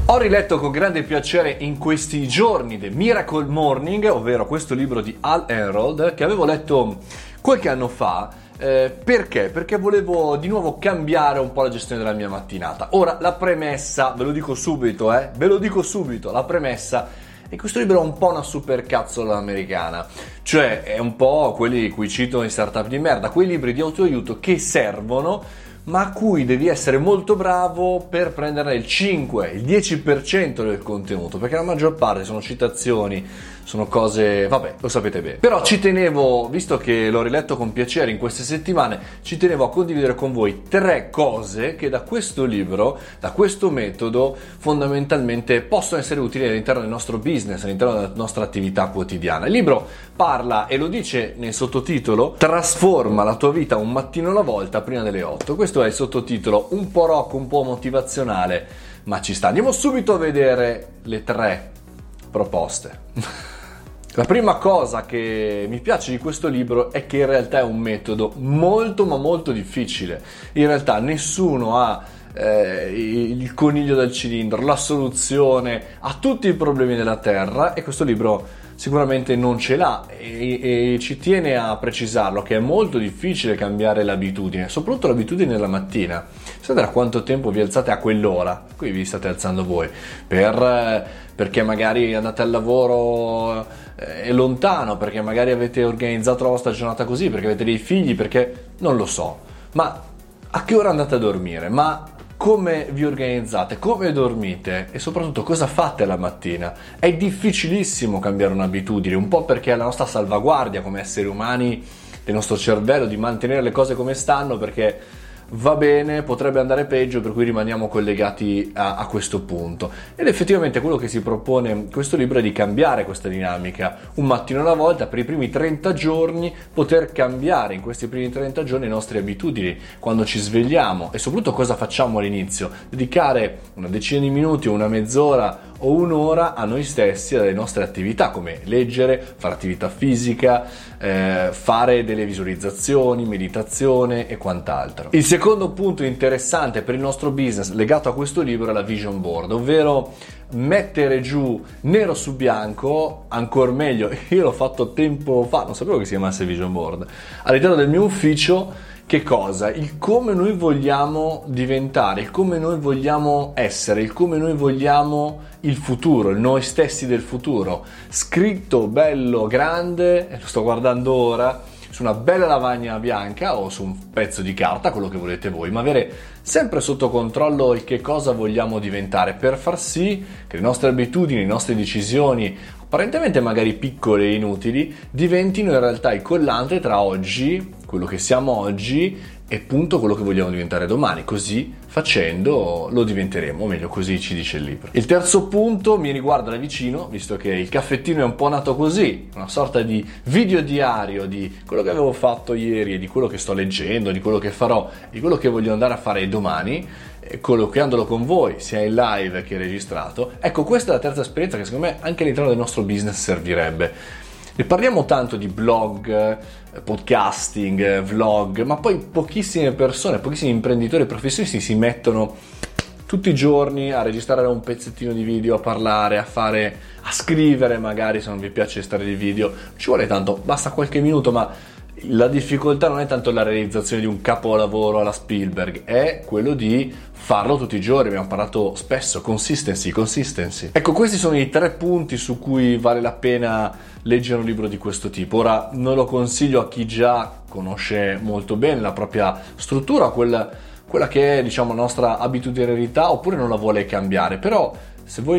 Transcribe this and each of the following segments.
Ho riletto con grande piacere in questi giorni The Miracle Morning, ovvero questo libro di Hal Elrod che avevo letto qualche anno fa. Perché? Perché volevo di nuovo cambiare un po' la gestione della mia mattinata. Ora, la premessa, ve lo dico subito, la premessa è che questo libro è un po' una supercazzola americana, cioè è un po' quelli cui cito in startup di merda, quei libri di autoaiuto che servono ma a cui devi essere molto bravo per prenderne il 5, il 10% del contenuto, perché la maggior parte sono citazioni, sono cose, vabbè, lo sapete bene. Però ci tenevo, visto che l'ho riletto con piacere in queste settimane, ci tenevo a condividere con voi 3 cose che da questo libro, da questo metodo, fondamentalmente possono essere utili all'interno del nostro business, all'interno della nostra attività quotidiana. Il libro parla, e lo dice nel sottotitolo, trasforma la tua vita un mattino alla volta prima delle 8. Questo è il sottotitolo, un po' rock, un po' motivazionale, ma ci sta. Andiamo subito a vedere le 3 proposte. La prima cosa che mi piace di questo libro è che in realtà è un metodo molto ma molto difficile. In realtà nessuno ha il coniglio del cilindro, la soluzione a tutti i problemi della Terra, e questo libro sicuramente non ce l'ha, e ci tiene a precisarlo che è molto difficile cambiare l'abitudine, soprattutto l'abitudine della mattina. Sapete da quanto tempo vi alzate a quell'ora? Qui vi state alzando voi perché magari andate al lavoro è lontano, perché magari avete organizzato la vostra giornata così, perché avete dei figli, perché non lo so. Ma a che ora andate a dormire? Ma come vi organizzate? Come dormite? E soprattutto cosa fate la mattina? È difficilissimo cambiare un'abitudine, un po' perché è la nostra salvaguardia come esseri umani, del nostro cervello, di mantenere le cose come stanno, perché va bene, potrebbe andare peggio, per cui rimaniamo collegati a questo punto. Ed effettivamente quello che si propone questo libro è di cambiare questa dinamica, un mattino alla volta, per i primi 30 giorni, poter cambiare in questi primi 30 giorni le nostre abitudini, quando ci svegliamo, e soprattutto cosa facciamo all'inizio, dedicare una decina di minuti o una mezz'ora o un'ora a noi stessi, alle nostre attività, come leggere, fare attività fisica, fare delle visualizzazioni, meditazione e quant'altro. Il secondo punto interessante per il nostro business legato a questo libro è la vision board, ovvero mettere giù nero su bianco, ancora meglio, io l'ho fatto tempo fa, non sapevo che si chiamasse vision board, all'interno del mio ufficio. Che cosa? Il come noi vogliamo diventare, il come noi vogliamo essere, il come noi vogliamo il futuro, il noi stessi del futuro, scritto bello grande, e lo sto guardando ora, su una bella lavagna bianca o su un pezzo di carta, quello che volete voi, ma avere sempre sotto controllo il che cosa vogliamo diventare, per far sì che le nostre abitudini, le nostre decisioni, apparentemente magari piccole e inutili, diventino in realtà il collante tra oggi, quello che siamo oggi, e appunto quello che vogliamo diventare domani. Così facendo lo diventeremo, o meglio così ci dice il libro. Il terzo punto mi riguarda da vicino, visto che il caffettino è un po' nato così, una sorta di video diario di quello che avevo fatto ieri e di quello che sto leggendo, di quello che farò, di quello che voglio andare a fare domani, colloquiandolo con voi sia in live che registrato. Ecco, questa è la terza esperienza che secondo me anche all'interno del nostro business servirebbe. Ne parliamo tanto di blog, podcasting, vlog, ma poi pochissime persone, pochissimi imprenditori e professionisti si mettono tutti i giorni a registrare un pezzettino di video, a parlare, a scrivere magari, se non vi piace stare di video. Ci vuole tanto, basta qualche minuto, ma la difficoltà non è tanto la realizzazione di un capolavoro alla Spielberg, è quello di farlo tutti i giorni. Abbiamo parlato spesso, consistency. Ecco, questi sono i 3 punti su cui vale la pena leggere un libro di questo tipo. Ora, non lo consiglio a chi già conosce molto bene la propria struttura, quella che è, diciamo, la nostra abitudinarietà, oppure non la vuole cambiare. Però se voi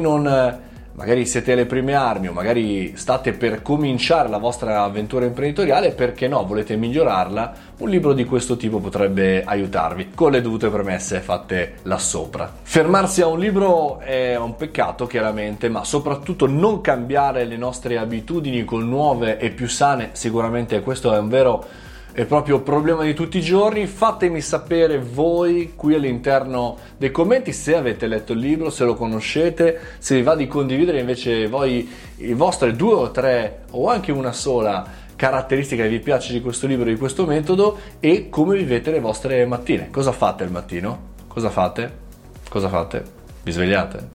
magari siete alle prime armi, o magari state per cominciare la vostra avventura imprenditoriale, perché no, volete migliorarla, un libro di questo tipo potrebbe aiutarvi, con le dovute premesse fatte là sopra. Fermarsi a un libro è un peccato, chiaramente, ma soprattutto non cambiare le nostre abitudini con nuove e più sane, sicuramente questo è un vero è proprio problema di tutti i giorni. Fatemi sapere voi qui all'interno dei commenti se avete letto il libro, se lo conoscete, se vi va di condividere invece voi i vostri 2 o 3 o anche una sola caratteristica che vi piace di questo libro, di questo metodo, e come vivete le vostre mattine. Cosa fate al mattino? Cosa fate? Vi svegliate?